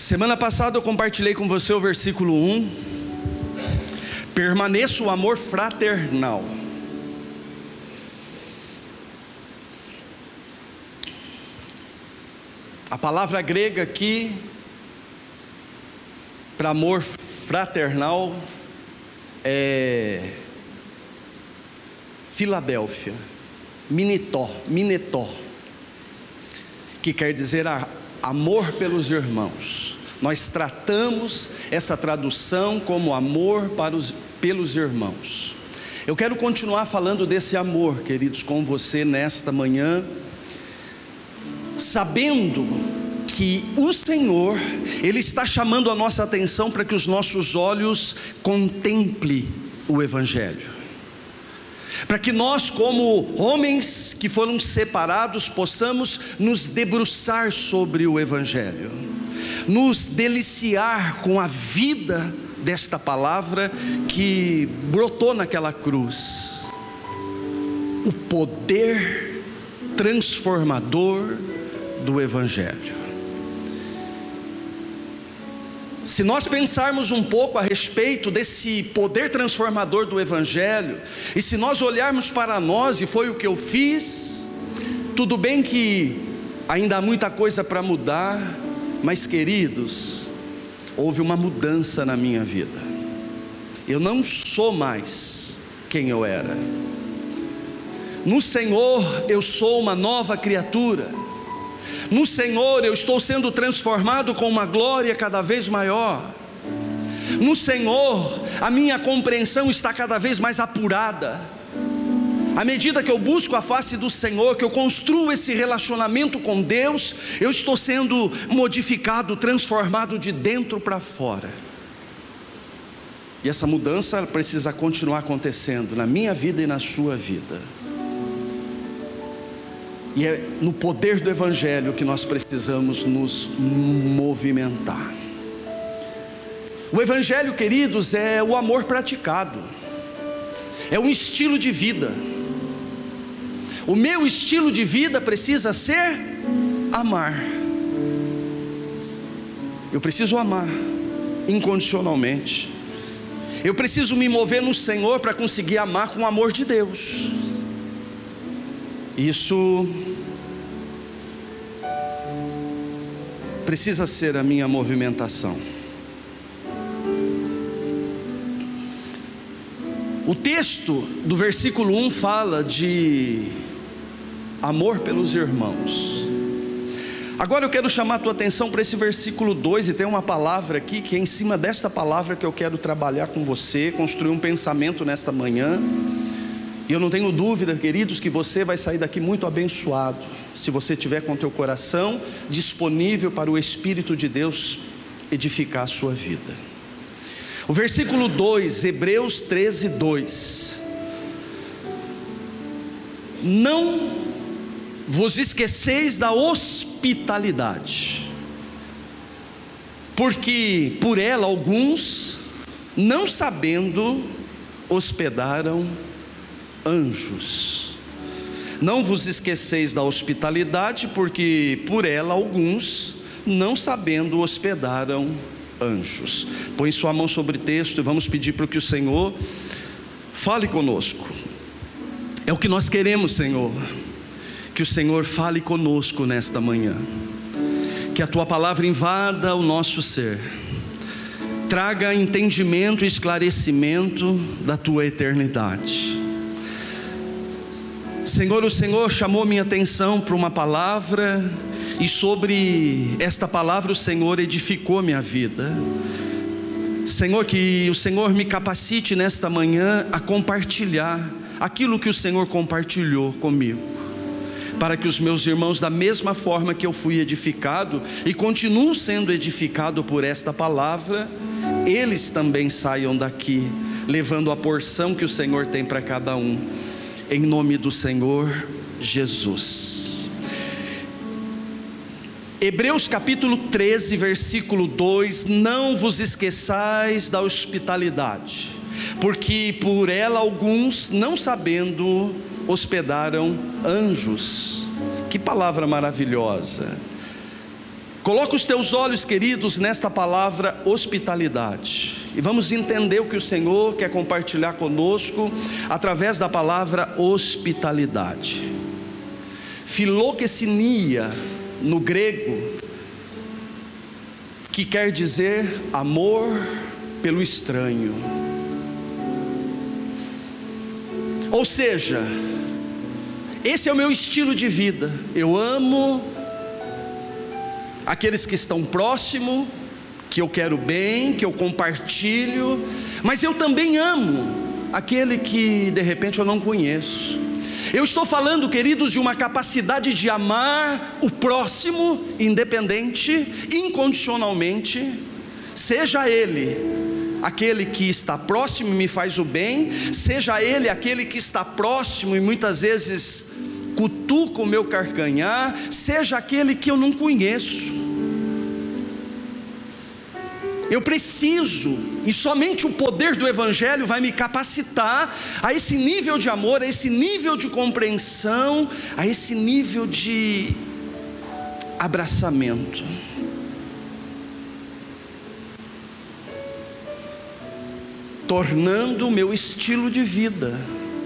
Semana passada eu compartilhei com você o versículo 1. Permaneça o amor fraternal. A palavra grega aqui para amor fraternal é Filadélfia, minetó, que quer dizer amor pelos irmãos. Nós tratamos essa tradução como amor pelos irmãos. Eu quero continuar falando desse amor, queridos, com você nesta manhã, sabendo que o Senhor, Ele está chamando a nossa atenção para que os nossos olhos contemplem o Evangelho, para que nós, como homens que foram separados, possamos nos debruçar sobre o Evangelho, nos deliciar com a vida desta palavra que brotou naquela cruz, o poder transformador do Evangelho. Se nós pensarmos um pouco a respeito desse poder transformador do Evangelho, e se nós olharmos para nós, e foi o que eu fiz, tudo bem que ainda há muita coisa para mudar, mas queridos, houve uma mudança na minha vida. Eu não sou mais quem eu era. No Senhor eu sou uma nova criatura. No Senhor eu estou sendo transformado com uma glória cada vez maior. No Senhor a minha compreensão está cada vez mais apurada. À medida que eu busco a face do Senhor, que eu construo esse relacionamento com Deus, eu estou sendo modificado, transformado de dentro para fora. E essa mudança precisa continuar acontecendo na minha vida e na sua vida. E é no poder do Evangelho que nós precisamos nos movimentar. O Evangelho, queridos, é o amor praticado, é um estilo de vida. O meu estilo de vida precisa ser amar. Eu preciso amar incondicionalmente. Eu preciso me mover no Senhor para conseguir amar com o amor de Deus. Isso precisa ser a minha movimentação. O texto do versículo 1 fala de amor pelos irmãos. Agora eu quero chamar a tua atenção para esse versículo 2, e tem uma palavra aqui que é em cima desta palavra que eu quero trabalhar com você, construir um pensamento nesta manhã. E eu não tenho dúvida, queridos, que você vai sair daqui muito abençoado, se você tiver com o teu coração disponível para o Espírito de Deus edificar a sua vida. O versículo 2, Hebreus 13, 2: não vos esqueceis da hospitalidade, porque por ela alguns, não sabendo, hospedaram anjos. Não vos esqueceis da hospitalidade, porque por ela alguns, não sabendo, hospedaram anjos. Põe sua mão sobre o texto e vamos pedir para que o Senhor fale conosco. É o que nós queremos, Senhor, que o Senhor fale conosco nesta manhã, que a tua palavra invada o nosso ser, traga entendimento e esclarecimento da tua eternidade. Senhor, o Senhor chamou minha atenção para uma palavra, e sobre esta palavra o Senhor edificou minha vida. Senhor, que o Senhor me capacite nesta manhã a compartilhar aquilo que o Senhor compartilhou comigo, para que os meus irmãos, da mesma forma que eu fui edificado e continuo sendo edificado por esta palavra, eles também saiam daqui levando a porção que o Senhor tem para cada um, em nome do Senhor Jesus. Hebreus capítulo 13, versículo 2: não vos esqueçais da hospitalidade, porque por ela alguns, não sabendo, hospedaram anjos. Que palavra maravilhosa! Coloca os teus olhos, queridos, nesta palavra hospitalidade, e vamos entender o que o Senhor quer compartilhar conosco através da palavra hospitalidade. Filoxenia no grego, que quer dizer amor pelo estranho. Ou seja, esse é o meu estilo de vida. Eu amo aqueles que estão próximo, que eu quero bem, que eu compartilho, mas eu também amo aquele que de repente eu não conheço. Eu estou falando, queridos, de uma capacidade de amar o próximo, independente, incondicionalmente, seja ele aquele que está próximo e me faz o bem, seja ele aquele que está próximo e muitas vezes cutuca o meu calcanhar, seja aquele que eu não conheço. Eu preciso, e somente o poder do Evangelho vai me capacitar a esse nível de amor, a esse nível de compreensão, a esse nível de abraçamento. Tornando o meu estilo de vida.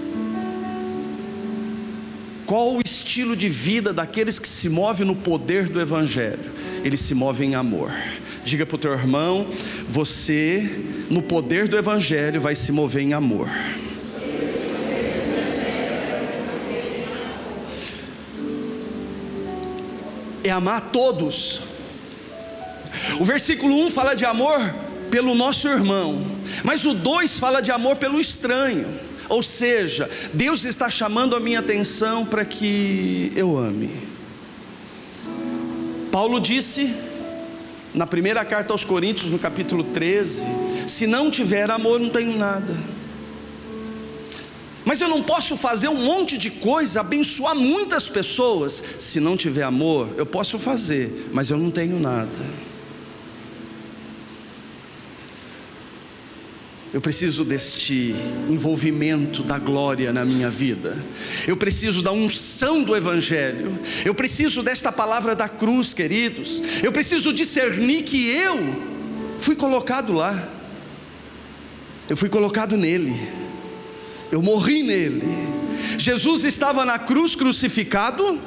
Qual o estilo de vida daqueles que se movem no poder do Evangelho? Eles se movem em amor. Diga para o teu irmão: você, no poder do Evangelho, vai se mover em amor. É amar a todos. O versículo 1 fala de amor pelo nosso irmão, mas o 2 fala de amor pelo estranho. Ou seja, Deus está chamando a minha atenção para que eu ame. Paulo disse na primeira carta aos Coríntios, no capítulo 13, se não tiver amor, não tenho nada. Mas eu não posso fazer um monte de coisa, abençoar muitas pessoas, se não tiver amor. Eu posso fazer, mas eu não tenho nada. Eu preciso deste envolvimento da glória na minha vida. Eu preciso da unção do Evangelho. Eu preciso desta palavra da cruz, queridos. Eu preciso discernir que eu fui colocado lá. Eu fui colocado nele. Eu morri nele. Jesus estava na cruz crucificado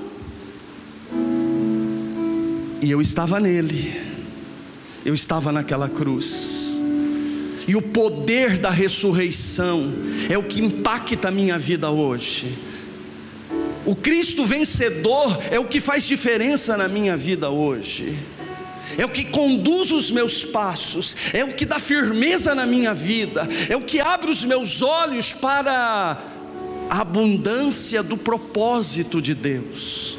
e eu estava nele. Eu estava naquela cruz. E o poder da ressurreição é o que impacta a minha vida hoje. O Cristo vencedor é o que faz diferença na minha vida hoje. É o que conduz os meus passos, é o que dá firmeza na minha vida, é o que abre os meus olhos para a abundância do propósito de Deus.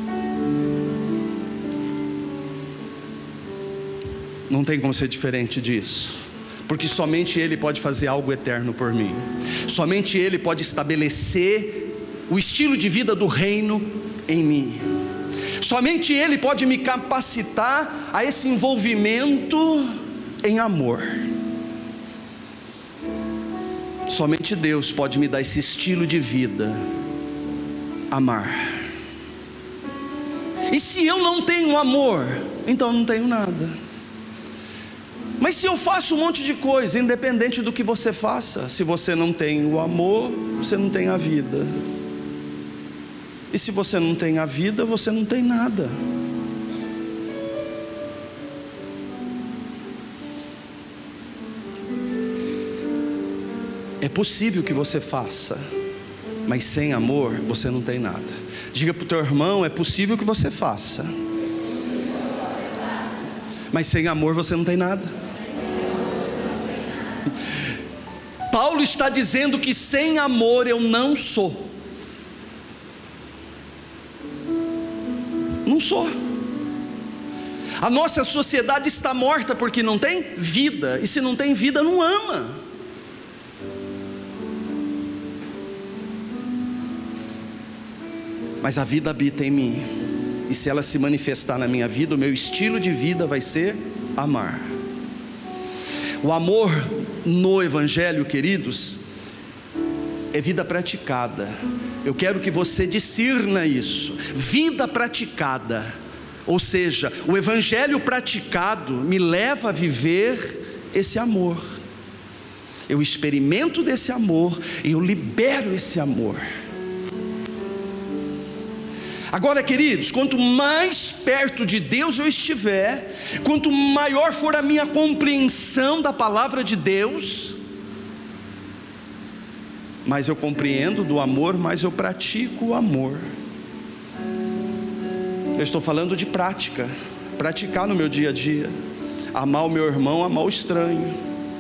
Não tem como ser diferente disso. Porque somente Ele pode fazer algo eterno por mim. Somente Ele pode estabelecer o estilo de vida do reino em mim. Somente Ele pode me capacitar a esse envolvimento em amor. Somente Deus pode me dar esse estilo de vida, amar. E se eu não tenho amor, então eu não tenho nada. Mas se eu faço um monte de coisa, independente do que você faça, se você não tem o amor, você não tem a vida. E se você não tem a vida, você não tem nada. É possível que você faça, mas sem amor você não tem nada. Diga para o teu irmão: é possível que você faça, mas sem amor você não tem nada. Paulo está dizendo que sem amor eu não sou. Não sou. A nossa sociedade está morta porque não tem vida, e se não tem vida não ama. Mas a vida habita em mim, e se ela se manifestar na minha vida, o meu estilo de vida vai ser amar. O amor no Evangelho, queridos, é vida praticada. Eu quero que você discirna isso. Vida praticada. Ou seja, o evangelho praticado me leva a viver esse amor. Eu experimento desse amor e eu libero esse amor. Agora, queridos, quanto mais perto de Deus eu estiver, quanto maior for a minha compreensão da palavra de Deus, mais eu compreendo do amor, mais eu pratico o amor. Eu estou falando de prática, praticar no meu dia a dia, amar o meu irmão, amar o estranho.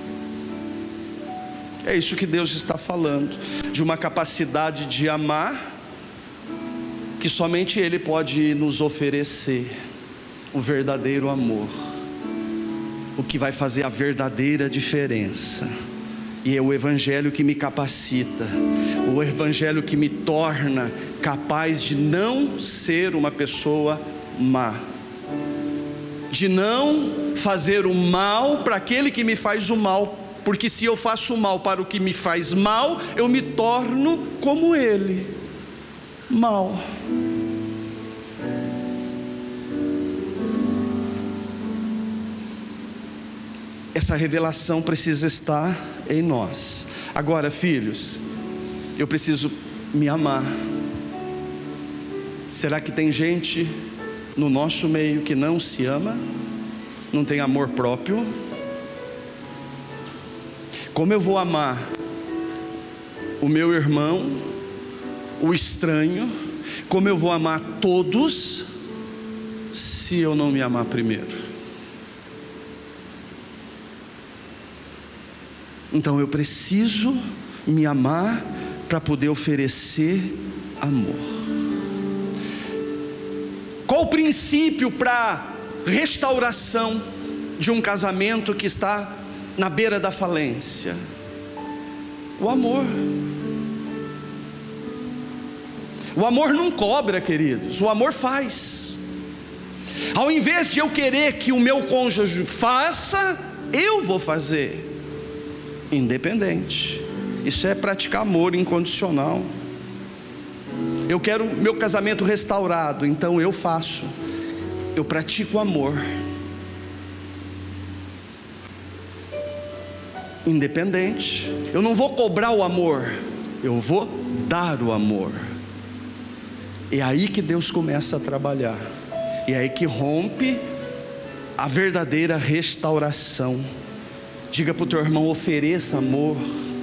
É isso que Deus está falando, de uma capacidade de amar, que somente Ele pode nos oferecer, o verdadeiro amor, o que vai fazer a verdadeira diferença. E é o evangelho que me capacita, o evangelho que me torna capaz de não ser uma pessoa má, de não fazer o mal para aquele que me faz o mal, porque se eu faço o mal para o que me faz mal, eu me torno como ele, mal. Essa revelação precisa estar em nós. Agora, filhos, eu preciso me amar. Será que tem gente no nosso meio que não se ama? Não tem amor próprio? Como eu vou amar o meu irmão, o estranho? Como eu vou amar todos se eu não me amar primeiro? Então eu preciso me amar para poder oferecer amor. Qual o princípio para restauração de um casamento que está na beira da falência? O amor. O amor não cobra, queridos, o amor faz. Ao invés de eu querer que o meu cônjuge faça, eu vou fazer. Independente. Isso é praticar amor incondicional. Eu quero meu casamento restaurado, então eu faço. Eu pratico amor. Independente. Eu não vou cobrar o amor, eu vou dar o amor. É aí que Deus começa a trabalhar. E é aí que rompe a verdadeira restauração. Diga para o teu irmão: ofereça amor.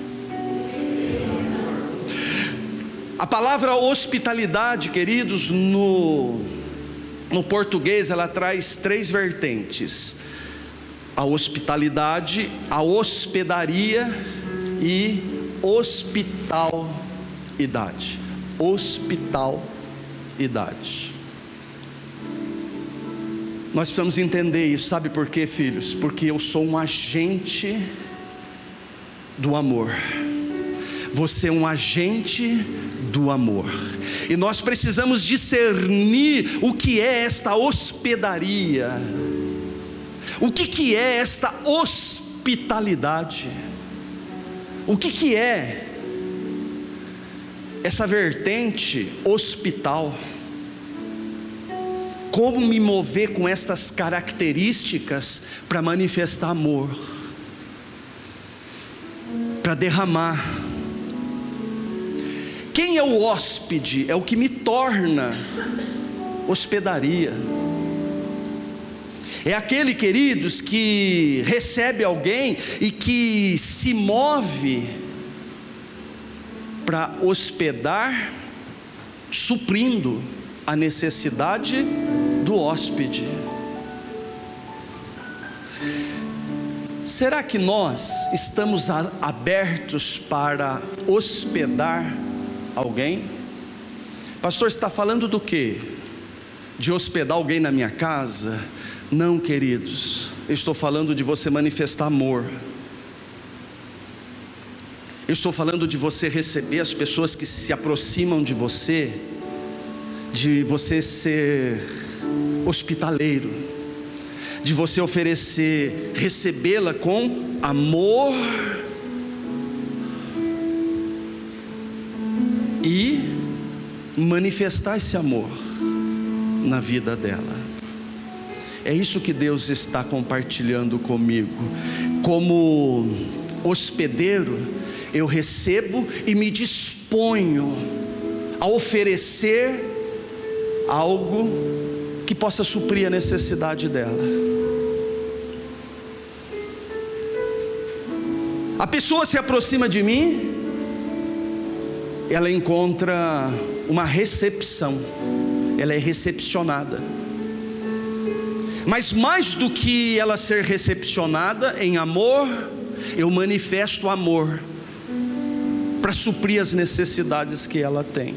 A palavra hospitalidade, queridos, no português ela traz 3 vertentes: a hospitalidade, a hospedaria e hospitalidade. Hospitalidade. Nós precisamos entender isso. Sabe por quê, filhos? Porque eu sou um agente do amor. Você é um agente do amor. E nós precisamos discernir o que é esta hospedaria. O que é esta hospitalidade? O que é essa vertente hospital? Como me mover com estas características para manifestar amor, para derramar? Quem é o hóspede? É o que me torna hospedaria. É aquele, queridos, que recebe alguém e que se move para hospedar, suprindo a necessidade do hóspede. Será que nós estamos abertos para hospedar alguém? Pastor, você está falando do quê? De hospedar alguém na minha casa? Não, queridos, eu estou falando de você manifestar amor. Eu estou falando de você receber as pessoas que se aproximam de você ser hospitaleiro, de você oferecer, recebê-la com amor e manifestar esse amor na vida dela. É isso que Deus está compartilhando comigo. Como hospedeiro, eu recebo e me disponho a oferecer algo que possa suprir a necessidade dela. A pessoa se aproxima de mim, ela encontra uma recepção, ela é recepcionada. Mas mais do que ela ser recepcionada em amor, eu manifesto amor para suprir as necessidades que ela tem.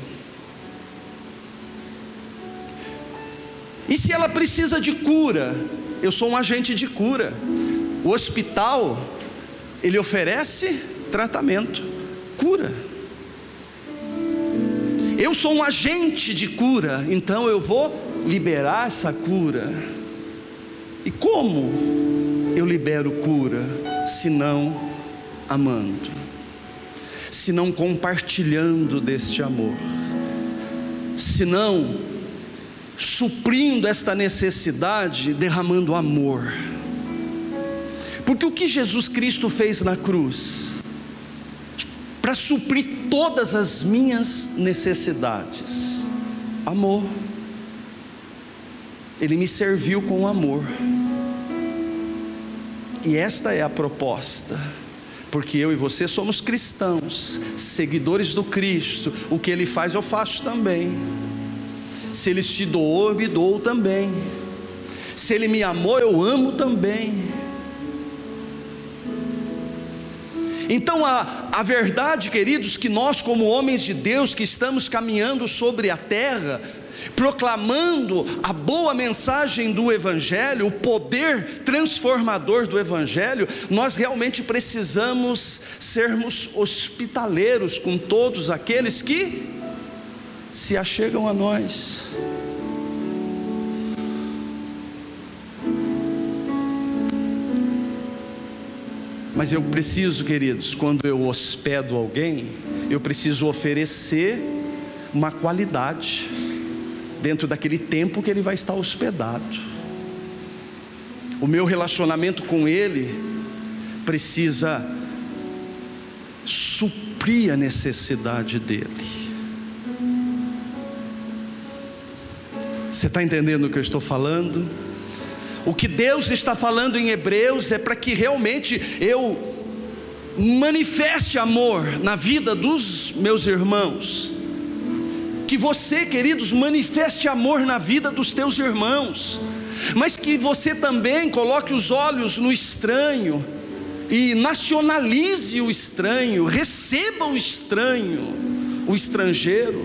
E se ela precisa de cura, eu sou um agente de cura. O hospital, ele oferece tratamento, cura. Eu sou um agente de cura, então eu vou liberar essa cura. E como eu libero cura? Se não amando, se não compartilhando deste amor, se não suprindo esta necessidade, derramando amor. Porque o que Jesus Cristo fez na cruz? Para suprir todas as minhas necessidades, amor. Ele me serviu com amor. E esta é a proposta, porque eu e você somos cristãos, seguidores do Cristo. O que Ele faz eu faço também. Se Ele te doou, eu me dou também. Se Ele me amou, eu amo também. Então a verdade, queridos, que nós como homens de Deus, que estamos caminhando sobre a terra, proclamando a boa mensagem do Evangelho, o poder transformador do Evangelho, nós realmente precisamos sermos hospitaleiros com todos aqueles que se achegam a nós. Mas eu preciso, queridos, quando eu hospedo alguém, eu preciso oferecer uma qualidade dentro daquele tempo que ele vai estar hospedado. O meu relacionamento com ele precisa suprir a necessidade dele. Você está entendendo o que eu estou falando? O que Deus está falando em Hebreus é para que realmente eu manifeste amor na vida dos meus irmãos. Que você, queridos, manifeste amor na vida dos teus irmãos, mas que você também coloque os olhos no estranho e nacionalize o estranho, receba o estranho, o estrangeiro,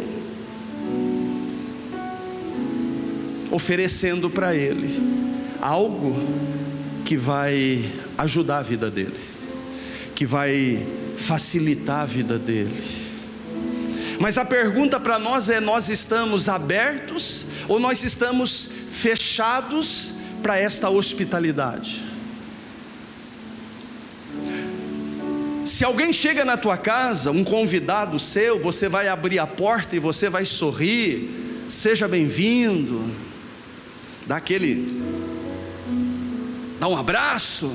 oferecendo para ele algo que vai ajudar a vida dele, que vai facilitar a vida dele. Mas a pergunta para nós é: nós estamos abertos ou nós estamos fechados para esta hospitalidade? Se alguém chega na tua casa, um convidado seu, você vai abrir a porta e você vai sorrir, seja bem-vindo, dá um abraço.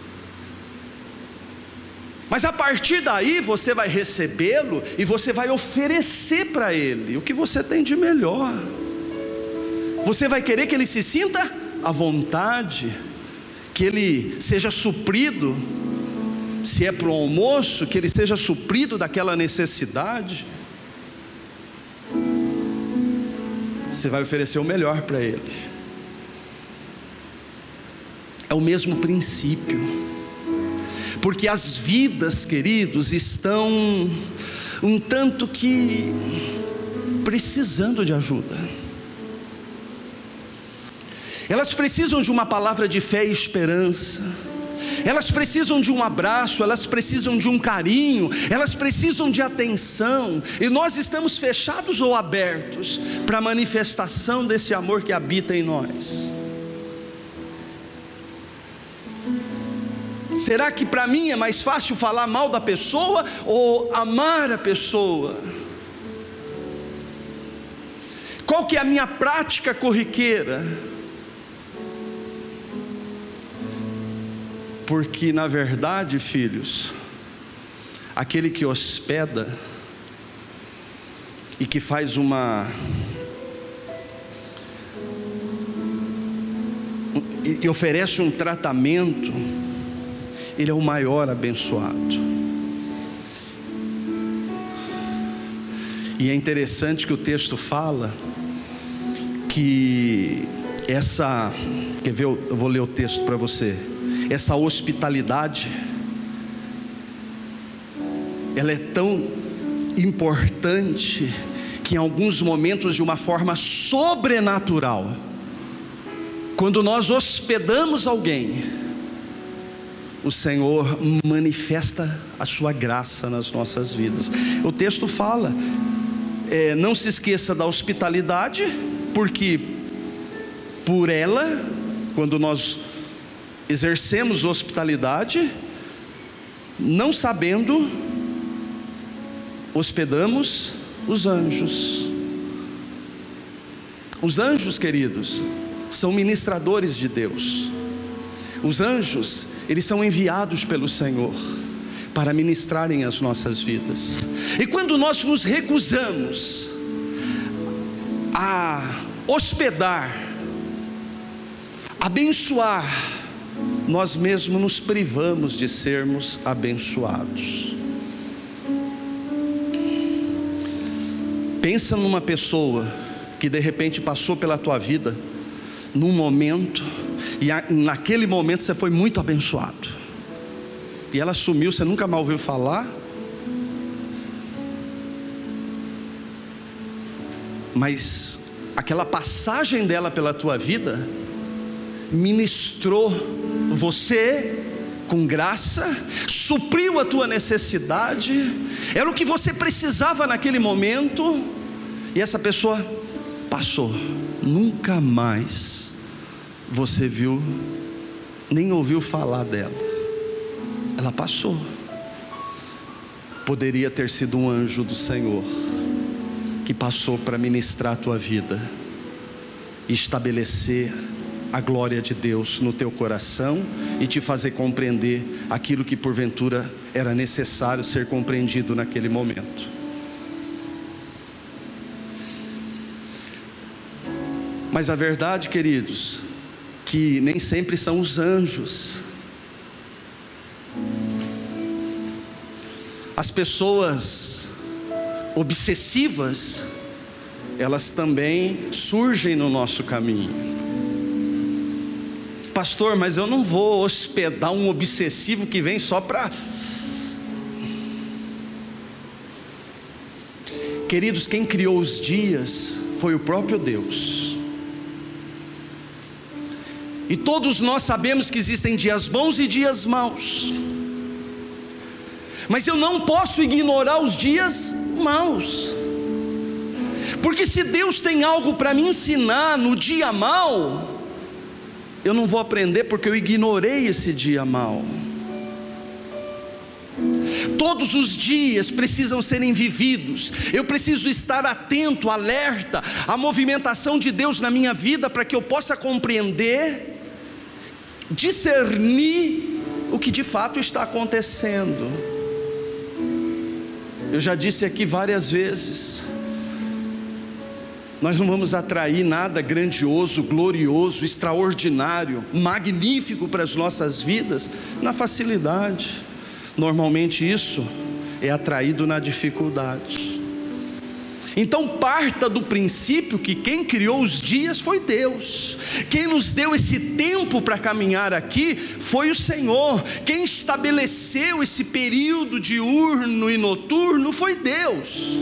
Mas a partir daí você vai recebê-lo e você vai oferecer para ele o que você tem de melhor. Você vai querer que ele se sinta à vontade, que ele seja suprido, se é para o almoço, que ele seja suprido daquela necessidade. Você vai oferecer o melhor para ele. É o mesmo princípio, porque as vidas, queridos, estão um tanto que precisando de ajuda. Elas precisam de uma palavra de fé e esperança, elas precisam de um abraço, elas precisam de um carinho, elas precisam de atenção. E nós estamos fechados ou abertos para a manifestação desse amor que habita em nós? Será que para mim é mais fácil falar mal da pessoa ou amar a pessoa? Qual que é a minha prática corriqueira? Porque na verdade, filhos, aquele que hospeda e que faz e oferece um tratamento, ele é o maior abençoado. E é interessante que o texto fala que quer ver, eu vou ler o texto para você. Essa hospitalidade, ela é tão importante que em alguns momentos, de uma forma sobrenatural, quando nós hospedamos alguém, o Senhor manifesta a sua graça nas nossas vidas. O texto fala, não se esqueça da hospitalidade, porque por ela, quando nós exercemos hospitalidade, não sabendo, hospedamos os anjos. Os anjos, queridos, são ministradores de Deus. Os anjos, eles são enviados pelo Senhor para ministrarem as nossas vidas. E quando nós nos recusamos a hospedar, abençoar, nós mesmos nos privamos de sermos abençoados. Pensa numa pessoa que de repente passou pela tua vida num momento, e naquele momento você foi muito abençoado, e ela sumiu, você nunca mais ouviu falar, mas aquela passagem dela pela tua vida ministrou você com graça, supriu a tua necessidade, era o que você precisava naquele momento, e essa pessoa passou, nunca mais você viu, nem ouviu falar dela. Ela passou. Poderia ter sido um anjo do Senhor que passou para ministrar a tua vida e estabelecer a glória de Deus no teu coração e te fazer compreender aquilo que porventura era necessário ser compreendido naquele momento. Mas a verdade, queridos, que nem sempre são os anjos. As pessoas obsessivas, elas também surgem no nosso caminho. Pastor, mas eu não vou hospedar um obsessivo que vem só para... Queridos, quem criou os dias foi o próprio Deus. E todos nós sabemos que existem dias bons e dias maus. Mas eu não posso ignorar os dias maus. Porque se Deus tem algo para me ensinar no dia mau, eu não vou aprender porque eu ignorei esse dia mau. Todos os dias precisam serem vividos. Eu preciso estar atento, alerta à movimentação de Deus na minha vida, para que eu possa compreender, discernir o que de fato está acontecendo. Eu já disse aqui várias vezes, nós não vamos atrair nada grandioso, glorioso, extraordinário, magnífico para as nossas vidas na facilidade. Normalmente isso é atraído na dificuldade. Então parta do princípio que quem criou os dias foi Deus. Quem nos deu esse tempo para caminhar aqui foi o Senhor. Quem estabeleceu esse período diurno e noturno foi Deus.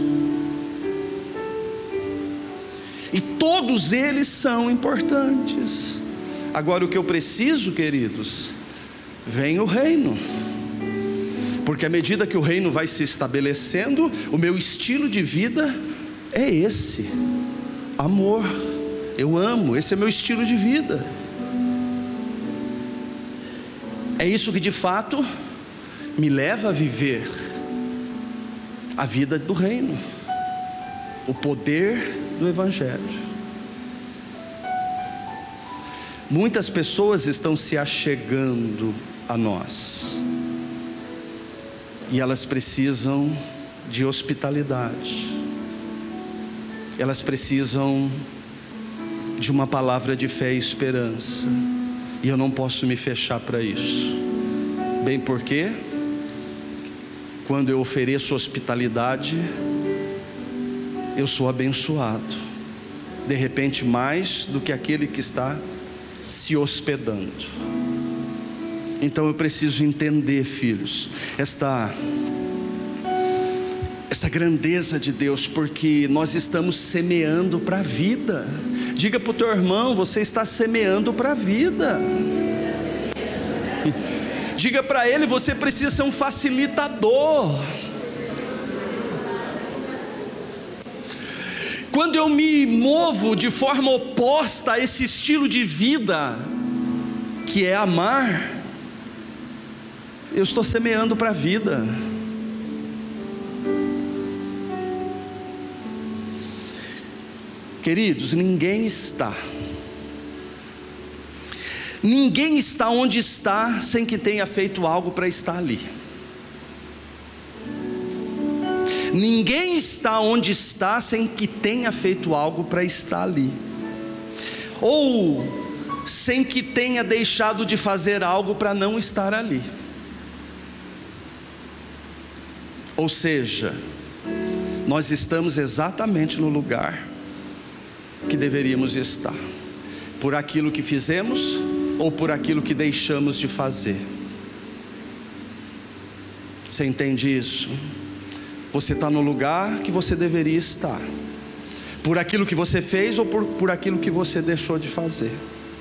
E todos eles são importantes. Agora o que eu preciso, queridos, vem o reino. Porque à medida que o reino vai se estabelecendo, o meu estilo de vida é esse: amor. Eu amo, esse é meu estilo de vida. É isso que de fato me leva a viver a vida do reino, o poder do Evangelho. Muitas pessoas estão se achegando a nós. E elas precisam de hospitalidade. Elas precisam de uma palavra de fé e esperança. E eu não posso me fechar para isso. Bem porque, quando eu ofereço hospitalidade, eu sou abençoado. De repente, mais do que aquele que está se hospedando. Então eu preciso entender, filhos, esta grandeza de Deus, porque nós estamos semeando para a vida. Diga para o teu irmão: você está semeando para a vida. Diga para ele: você precisa ser um facilitador. Quando eu me movo de forma oposta a esse estilo de vida, que é amar, eu estou semeando para a vida. Queridos, ninguém está onde está sem que tenha feito algo para estar ali. Ninguém está onde está sem que tenha feito algo para estar ali, ou sem que tenha deixado de fazer algo para não estar ali. Ou seja, nós estamos exatamente no lugar que deveríamos estar, por aquilo que fizemos ou por aquilo que deixamos de fazer. Você entende isso? Você está no lugar que você deveria estar, por aquilo que você fez ou por aquilo que você deixou de fazer.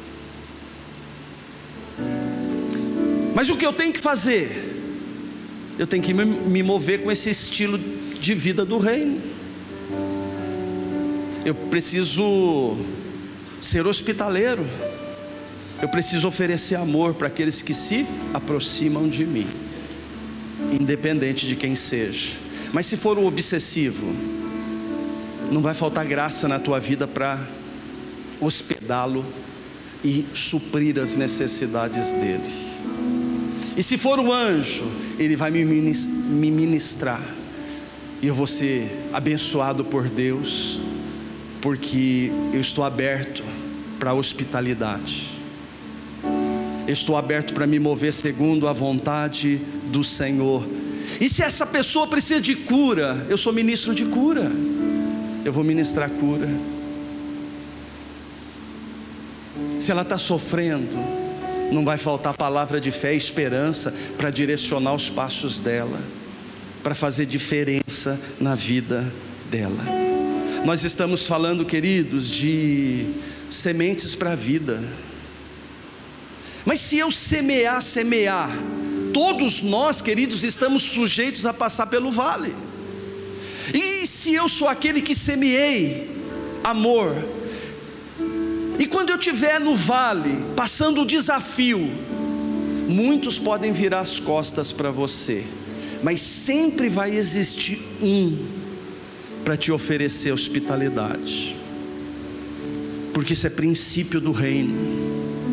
Mas o que eu tenho que fazer? Eu tenho que me mover com esse estilo de vida do reino. Eu preciso ser hospitaleiro. Eu preciso oferecer amor para aqueles que se aproximam de mim, independente de quem seja. Mas se for um obsessivo, não vai faltar graça na tua vida para hospedá-lo e suprir as necessidades dele. E se for um anjo, ele vai me ministrar, e eu vou ser abençoado por Deus, porque eu estou aberto para a hospitalidade. Eu estou aberto para me mover segundo a vontade do Senhor. E se essa pessoa precisa de cura, eu sou ministro de cura, eu vou ministrar cura. Se ela está sofrendo, não vai faltar palavra de fé e esperança para direcionar os passos dela, para fazer diferença na vida dela. Nós estamos falando, queridos, de sementes para a vida. Mas se eu semear, todos nós, queridos, estamos sujeitos a passar pelo vale. E se eu sou aquele que semeei amor, e quando eu estiver no vale, passando o desafio, muitos podem virar as costas para você, mas sempre vai existir um para te oferecer hospitalidade, porque isso é princípio do reino.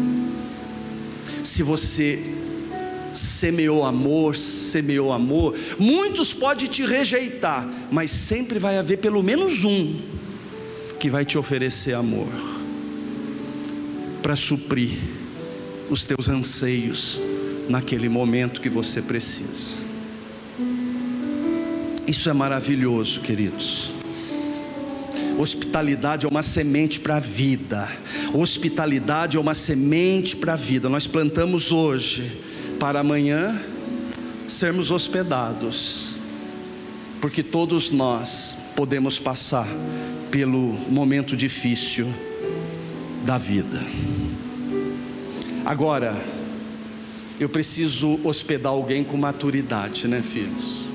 Se você semeou amor, muitos podem te rejeitar, mas sempre vai haver pelo menos um que vai te oferecer amor, para suprir os teus anseios naquele momento que você precisa. Isso é maravilhoso, queridos. Hospitalidade é uma semente para a vida. Hospitalidade é uma semente para a vida. Nós plantamos hoje para amanhã sermos hospedados, porque todos nós podemos passar pelo momento difícil da vida. Agora, eu preciso hospedar alguém com maturidade, né, filhos?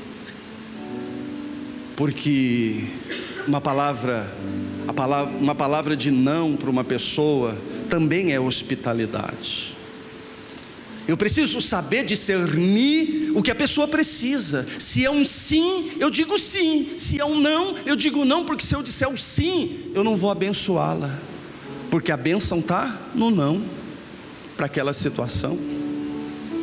Porque uma palavra de não para uma pessoa também é hospitalidade. Eu preciso saber discernir o que a pessoa precisa. Se é um sim, eu digo sim. Se é um não, eu digo não, porque se eu disser o sim, eu não vou abençoá-la, porque a bênção está no não para aquela situação.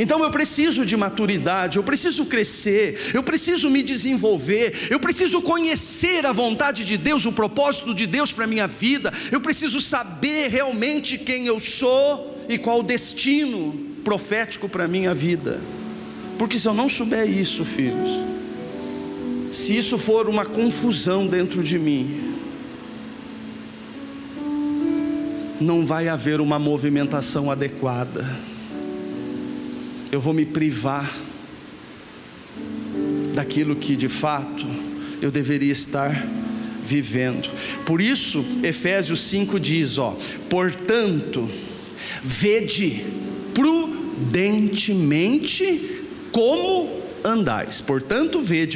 Então eu preciso de maturidade, eu preciso crescer, eu preciso me desenvolver, eu preciso conhecer a vontade de Deus, o propósito de Deus para a minha vida, eu preciso saber realmente quem eu sou e qual o destino profético para a minha vida. Porque se eu não souber isso, filhos, se isso for uma confusão dentro de mim, não vai haver uma movimentação adequada. Eu vou me privar daquilo que de fato eu deveria estar vivendo. Por isso Efésios 5 diz, portanto, vede prudentemente como andais. Portanto, vede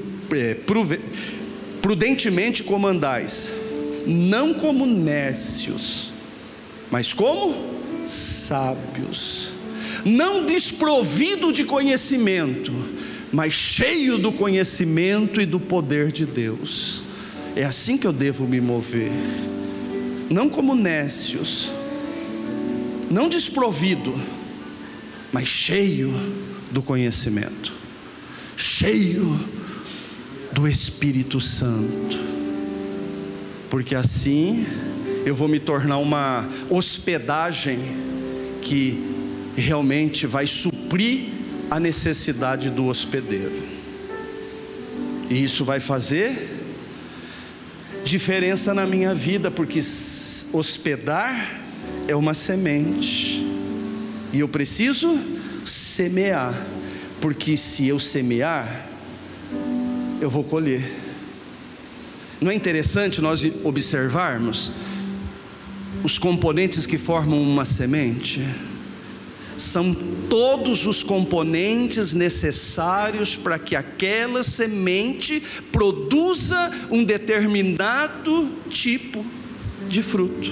prudentemente como andais, não como nécios, mas como sábios, não desprovido de conhecimento, mas cheio do conhecimento e do poder de Deus. É assim que eu devo me mover, não como nécios, não desprovido, mas cheio do conhecimento, cheio do Espírito Santo, porque assim eu vou me tornar uma hospedagem que realmente vai suprir a necessidade do hospedeiro, e isso vai fazer diferença na minha vida, porque hospedar é uma semente, e eu preciso semear, porque se eu semear, eu vou colher. Não é interessante nós observarmos os componentes que formam uma semente? São todos os componentes necessários para que aquela semente produza um determinado tipo de fruto.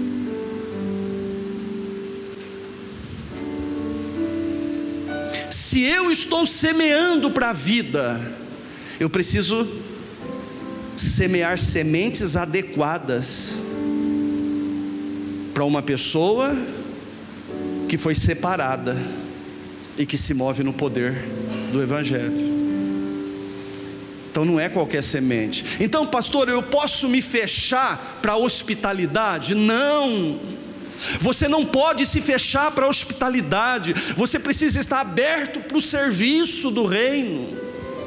Se eu estou semeando para a vida, eu preciso semear sementes adequadas para uma pessoa que foi separada e que se move no poder do Evangelho. Então não é qualquer semente. Então, pastor, eu posso me fechar para a hospitalidade? Não, você não pode se fechar para a hospitalidade, você precisa estar aberto para o serviço do reino.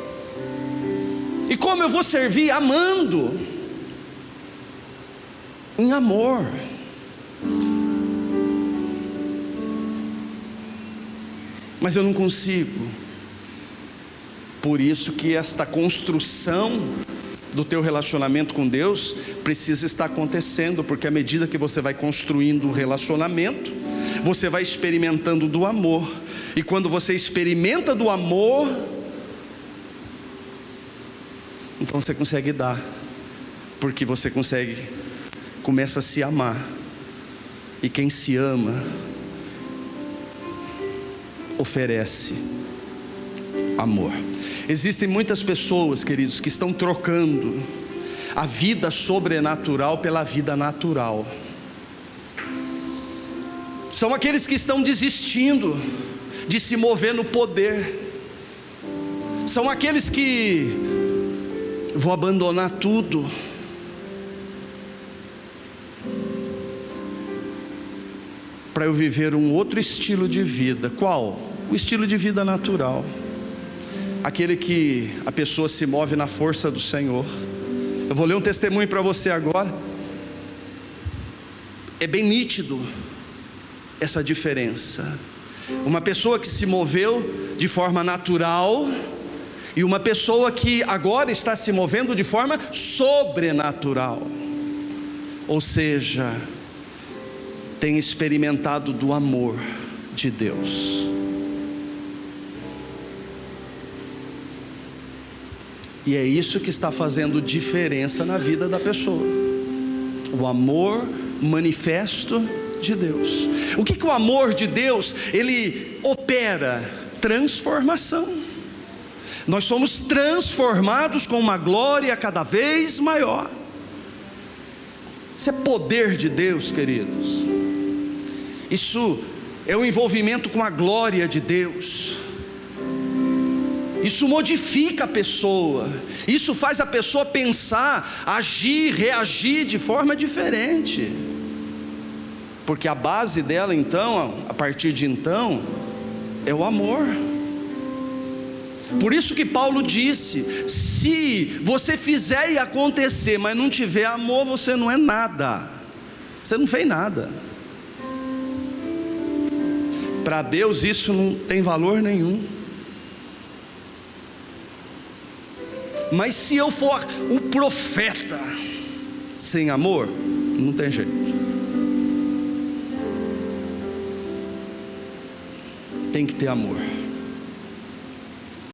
E como eu vou servir? Amando, em amor. Mas eu não consigo. Por isso que esta construção do teu relacionamento com Deus precisa estar acontecendo, porque à medida que você vai construindo o relacionamento, você vai experimentando do amor, e quando você experimenta do amor, então você consegue dar, porque você começa a se amar, e quem se ama oferece amor. Existem muitas pessoas, queridos, que estão trocando a vida sobrenatural pela vida natural. São aqueles que estão desistindo de se mover no poder. São aqueles que vou abandonar tudo para eu viver um outro estilo de vida. Qual? O estilo de vida natural, aquele que a pessoa se move na força do Senhor. Eu vou ler um testemunho para você agora. É bem nítido essa diferença. Uma pessoa que se moveu de forma natural e uma pessoa que agora está se movendo de forma sobrenatural, ou seja, tem experimentado do amor de Deus. E é isso que está fazendo diferença na vida da pessoa, o amor manifesto de Deus. O que o amor de Deus, ele opera? Transformação. Nós somos transformados com uma glória cada vez maior. Isso é poder de Deus, queridos. Isso é o envolvimento com a glória de Deus. Isso modifica a pessoa, isso faz a pessoa pensar, agir, reagir de forma diferente, porque a base dela então, a partir de então, é o amor. Por isso que Paulo disse: se você fizer e acontecer, mas não tiver amor, você não é nada, você não fez nada. Para Deus isso não tem valor nenhum. Mas se eu for o profeta sem amor, não tem jeito. Tem que ter amor.